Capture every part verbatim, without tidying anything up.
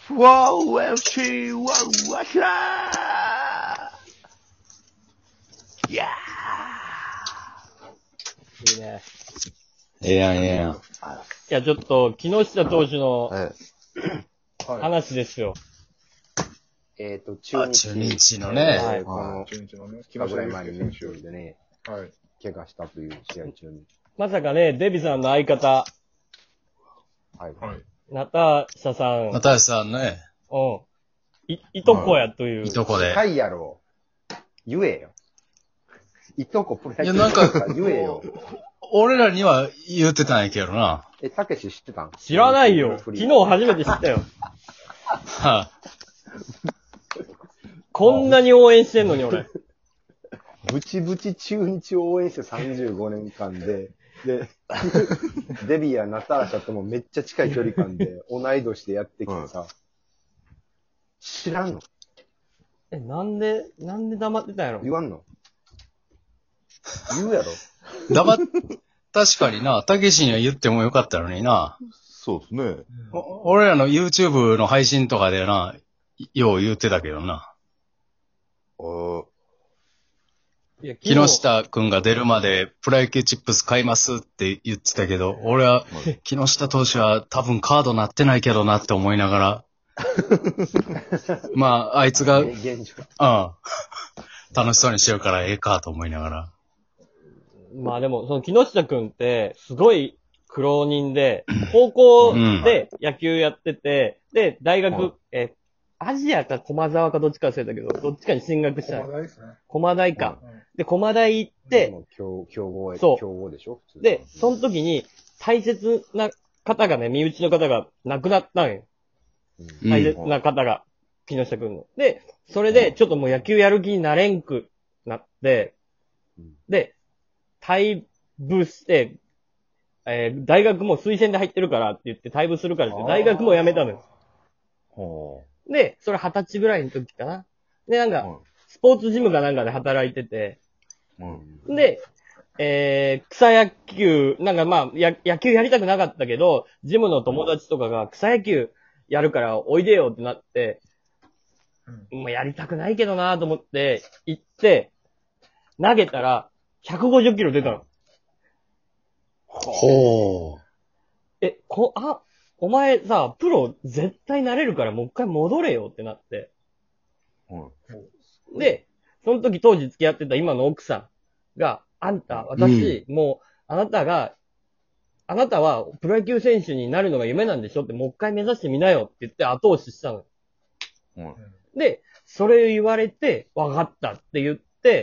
ワウエフシー ワウワシラーいやー。いいね。 ええやん、ええやん。 いや、ちょっと、木下投手のはい。 話ですよ。 えっ、ー、と、中日。 中日のね。 はい。この、 中日のね、 木下祐介選手でね、 はい。 怪我したという試合中に。 まさかね、デビさんの相方、 はい。 はい。 ナターシャさん、 ナターシさんね。 うん。い、いとこやという。 いとこで。 はいやろ。言えよ。いとこプロ野球いやなんか言えよ。 俺らには言ってたんやけどな。 え、たけし知ってたん？ 知らないよ。昨日初めて知ったよ。 はこんなに応援してんのに俺。 ブチブチ中日を応援してさんじゅうごねんかんで、で、デビやナターシャともめっちゃ近い距離感で、同い年でやってきてさ、知らんの？ え、なんで、なんで黙ってたんやろ言わんの？言うやろ？ 黙っ、確かにな、たけしには言ってもよかったのにな。 そうですね。 お俺らの YouTube の配信とかでな、よう言ってたけどな。 あいや木下くんが出るまでプロ野球チップス買いますって言ってたけど、俺は木下投手は多分カードなってないけどなって思いながら、まあ、あいつが、うん、 現状。 楽しそうにしてるからええかと思いながら。 まあでも、その木下くんって、すごい苦労人で、高校で野球やってて、で、大学、 うん、 え、アジアか駒沢かどっちか忘れたけど、どっちかに進学した駒。大ですね。 駒大か。 うんで、駒大行って、 もう強、強豪や、 そう強豪でしょ普通。 で、その時に大切な方がね、身内の方が亡くなったんよ。 うん大切な方が、木下くんの。で、それで、ちょっともう野球やる気になれんくなって、で、退部して、えー大学も推薦で入ってるからって言って退部するからって大学も辞めたのよ。 ほで、それ二十歳ぐらいの時かな。で、なんう。 か、スポーツジムかなんかで働いてて、 うん。 で、えー、草野球、なんかまあ、や、野球やりたくなかったけど、ジムの友達とかが草野球やるからおいでよってなって、もうやりたくないけどなと思って、行って、投げたら、ひゃくごじゅっキロ出たの。 ほう。 え、こ、あ、お前さ、プロ絶対なれるからもう一回戻れよってなって。 うん。 で、その時当時付き合ってた今の奥さんが、あんた、私、もう、あなたが、あなたはプロ野球選手になるのが夢なんでしょってもう一回目指してみなよって言って後押ししたの。 うん。 で、それ言われて、わかったって言って、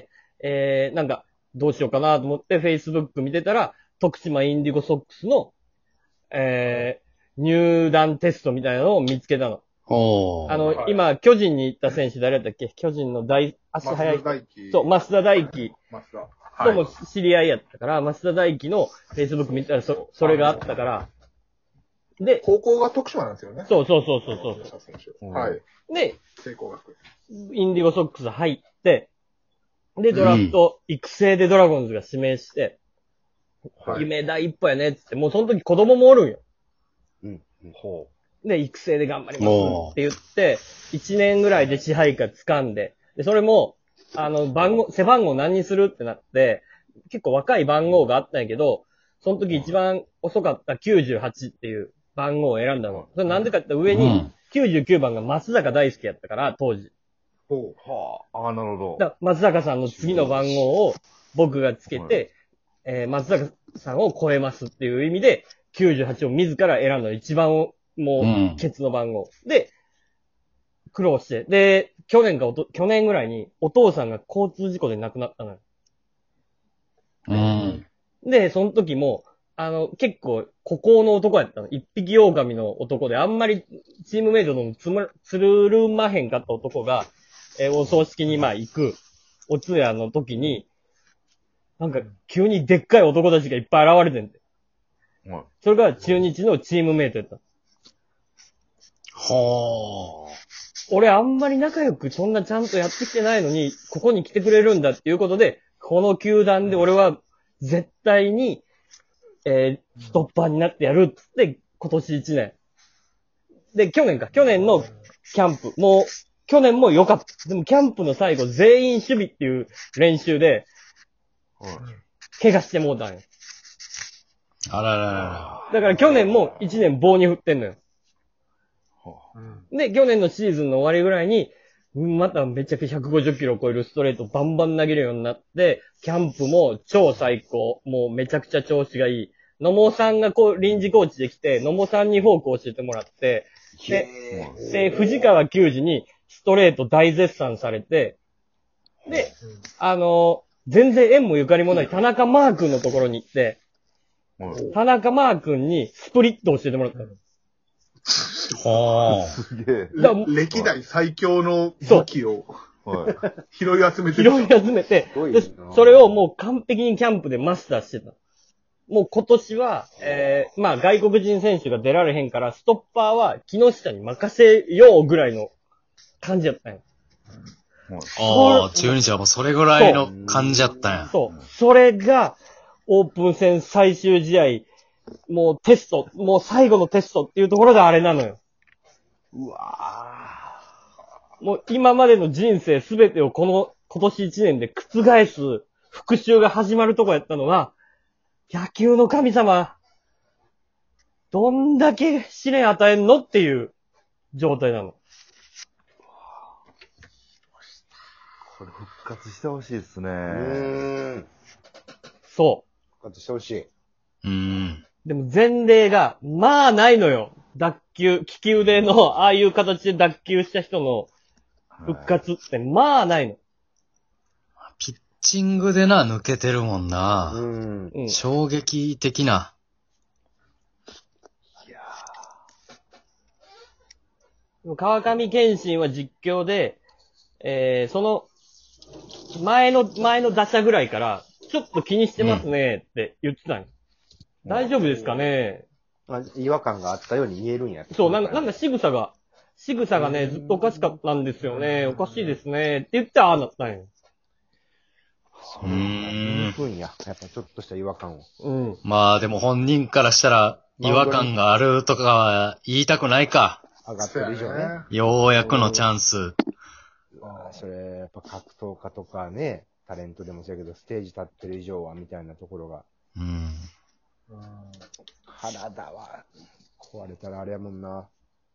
えー、なんか、どうしようかなと思って Facebook 見てたら、徳島インディゴソックスの、えー、入団テストみたいなのを見つけたの。 ほう。 あの、 はい今、巨人に行った選手誰だったっけ巨人の大、足早い増田大輝。 そう、増田大輝増田。 とも知り合いやったから、増田大輝の Facebook 見たらそ、それがあったから、で、 高校が徳島なんですよね。 そうそうそうそうそう。 吉田選手うんはい。 で、 聖光学院。 インディゴソックス入って、で、ドラフト、育成でドラゴンズが指名して、 はい。 夢第一歩やねっつって、もうその時子供もおるんよ。 うん。 ほで、育成で頑張りますって言って、いちねんぐらいで支配下掴んで、で、それも、あの、番号、背番号何にするってなって、結構若い番号があったんやけど、その時一番遅かったきゅうじゅうはちっていう番号を選んだの。それなんでかって上にうんきゅうじゅうきゅうばんが松坂大輔やったから、当時。 ほう。はあ。ああ、なるほど。 だから松坂さんの次の番号を僕がつけはて、えー松坂さんを超えますっていう意味で、きゅうじゅうはちを自ら選んだの。一番もうんう、ケツの番号。で、苦労して。で、去年かおと、去年ぐらいにお父さんが交通事故で亡くなったのよ。 うん。 で、その時も、あの、結構、孤高の男やったの。一匹狼の男で、あんまりチームメイトのつま、つるるまへんかった男が、えーお葬式にまあ行く、お通夜の時に、なんか、急にでっかい男たちがいっぱい現れてんて。 はい。 それが中日のチームメイトやった。 ほ俺あんまり仲良くそんなちゃんとやってきてないのに、ここに来てくれるんだっていうことで、この球団で俺は絶対に、えー、ストッパーになってやるって、今年いちねん。 で、去年か、去年のキャンプ、もう、去年も良かった。でもキャンプの最後、全員守備っていう練習で、 はい。 怪我してもうたんよ。 あらららら。 だから去年も一年棒に振ってんのよ。 うん。 で、去年のシーズンの終わりぐらいに、うんまためちゃくちゃひゃくごじゅっキロを超えるストレートバンバン投げるようになって、キャンプも超最高。もうめちゃくちゃ調子がいい。野茂さんがこう臨時コーチで来て、野茂さんにフォークを教えてもらって、で、で、藤川球児にストレート大絶賛されて、で、あの、全然縁もゆかりもない田中マー君のところに行って、 はい。 田中マー君にスプリットを教えてもらったの。 はあ。 すげえ。 だから歴代最強の武器をはい。 拾い集めて拾い集めて、 すごいでなそれをもう完璧にキャンプでマスターしてた。もう今年は、えー、まあ外国人選手が出られへんから、ストッパーは木下に任せようぐらいの感じだったんよ。 ああ、中日はもうそれぐらいの感じやったんや。 そう。それが、オープン戦最終試合、もうテスト、もう最後のテストっていうところであれなのよ。 うわもう今までの人生すべてをこの今年一年で覆す復讐が始まるとこやったのが、野球の神様、どんだけ試練与えんのっていう状態なの。 これ復活してほしいですね。 うーん。 そう。 復活してほしい。 うん。 でも前例が、まあないのよ。脱臼、利き腕の、ああいう形で脱臼した人の復活って、まあないの。 ピッチングでな、抜けてるもんな。 うん。 うん。 衝撃的な。 川上健信は実況で、えー、その、前の、前の打者ぐらいから、ちょっと気にしてますねって言ってたんよ。大丈夫ですかね。 あ違和感があったように見えるんや。 そう、なんか、なんか仕草が、仕草がね、ずっとおかしかったんですよね。おかしいですね。って言って、ああなったんよ。 うーん。 ふんや。やっぱちょっとした違和感を。 うん。 まあでも本人からしたら違和感があるとかは言いたくないか。 上がってる以上ね。 ようやくのチャンス。 あそれ、やっぱ格闘家とかね、タレントでもそうやけど、ステージ立ってる以上は、みたいなところが。 うん。 体は、壊れたらあれやもんな。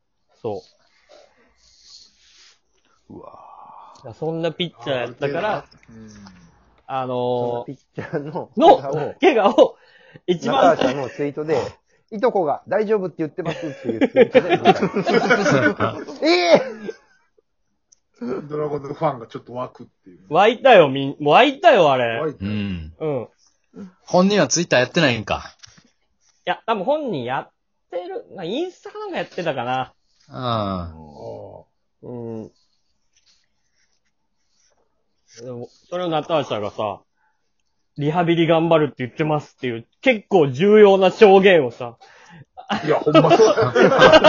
そううわう。そんなピッチャーやったから、あそののピッチャーの、 ー、の怪我を、 怪我を、一中番、 川のツイートで、いとこが大丈夫って言ってますっていうツイートで見た。ええドラゴンズファンがちょっと湧くっていう。 湧いたよ、みん、もう湧いたよ、あれ。 湧いたうん。 うん。い本人はツイッターやってないんか。 や、多分本人やってる、なインスタなんかやってたかな。 あうん。でも、それをナターシャがさ、リハビリ頑張るって言ってますっていう、結構重要な証言をさ、 いや、ほんまそうだ。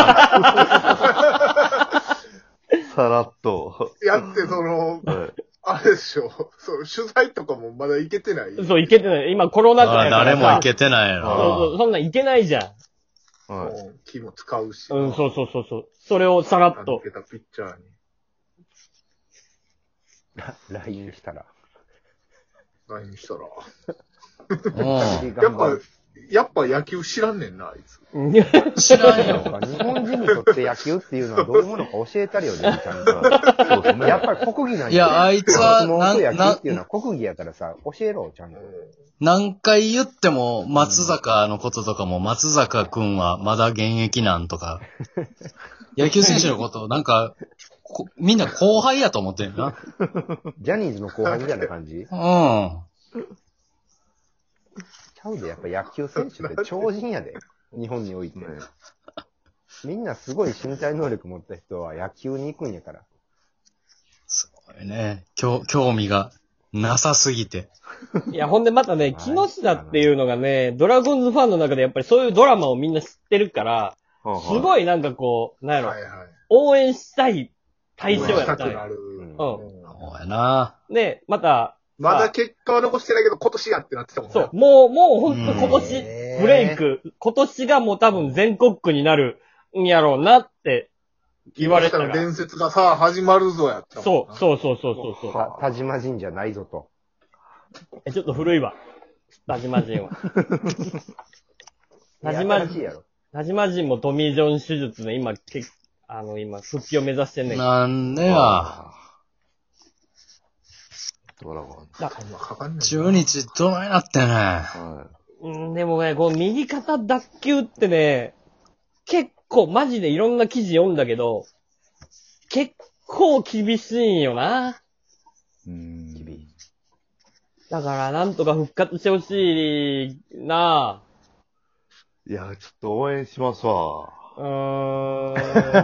さらっと。 やって、その、 はいあれでしょ。そう、取材とかもまだ行けてない。 そう、いけてない。今コロナ禍あ。 やからさ。 誰もいけてないそうそのう、そんなんいけないじゃはい。 うん気も使うし。 ん。うん、そうそうそうそう。それをさらっ抜と。 けたピッチャーに。 ラインしたら。 何したら。 うん。 やっぱ、やっぱ野球知らんねんな、あいつ。 うん知らんよ。 日本人にとって野球っていうのはどういうものか教えたりよね、ちゃんと。 そうですね。 やっぱり国技なんや。 いや、あいつは、 相撲なと野ん、な球っていうのは国技やからさ、教えろ、ちゃんと。 何回言っても、松坂のこととかも、松坂くんはまだ現役なんとか、野球選手のことをなんか、こみんな後輩やと思ってんな。 ジャニーズの後輩みたいな感じうん。 ちゃうで、やっぱ野球選手って超人やで。日本において。 ねみんなすごい身体能力持った人は野球に行くんやから。 すごいね。興興味がなさすぎて。 いや、ほんでまたね、木下っていうのがね、ドラゴンズファンの中でやっぱりそういうドラマをみんな知ってるから、すい。 ごいなんかこう、なんやろ、 はいはい。 応援したい対象やしったたんよ。 くなる。 うんそうやな。 で、また、 まだ結果は残してないけど、今年やってなってたもんね。 そう、もう、もうほんと今うん年、ブレイク、今年がもう多分全国区になるんやろうなって言われたら。 今したら伝説がさあ始まるぞやったもんそう、 な。 そうそうそうそうそう。 た田島神社ないぞと。 え、ちょっと古いわ。田島神は。田島神、 新しいやろ。 田島神もトミー・ジョン手術で今、けあの、今、復帰を目指してんねんけど。 なんでや。 あードラゴン。 だかかんない。 中日どないなってんねん。 はうん、でもね、この右肩脱臼ってね、結構マジでいろんな記事読んだけど、結構厳しいんよな。 い。うん。 厳しい。 だから、なんとか復活してほしいな。 いや、ちょっと応援しますわ。 うーん。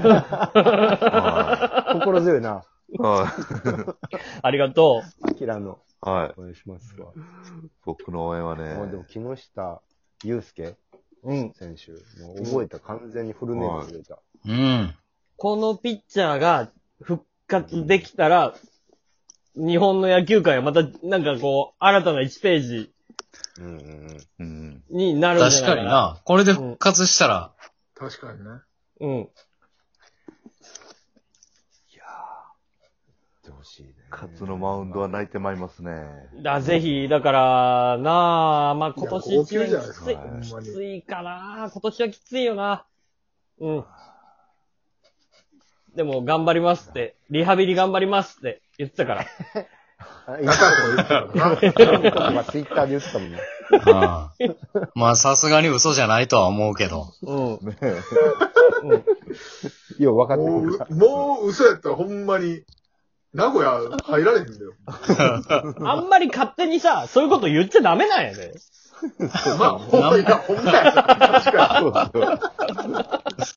は心強いな。 い。はい。 ありがとアキラの。 はい。 お願いしますわ。 僕の応援はね。 もうでも、木下祐介う。うん。 選手。もう覚えた。完全にフルネーム覚えた。 うん。 このピッチャーが復活できたら、日本の野球界はまた、なんかこう、新たないちページうんうんうん。 うん。 になるんじ確ゃないかな。 かにな。これで復活したら、 確かにね。 うん。 いやってほしいね。 ー、勝つのマウンドは泣いてまいりますね。 だ、ぜひ、だから、なあ、まあ、今年いや一年号泣じゃないですかきつい、 ほんまにきついかな。今年はきついよな。うん。でも、頑張りますって、リハビリ頑張りますって言ってたから。 あ、いだからこう言ってたのな。 まあ、ツイッターで言ってたもんね。 ああまあさすがに嘘じゃないとは思うけど。 うん。 ねうん。 よう分かってもくれた。 う、もう嘘やったらほんまに、名古屋入られへんだよ。 あんまり勝手にさ、そういうこと言っちゃダメなんやで。 まあ、ほんまに、ほんまや。確かそうそう。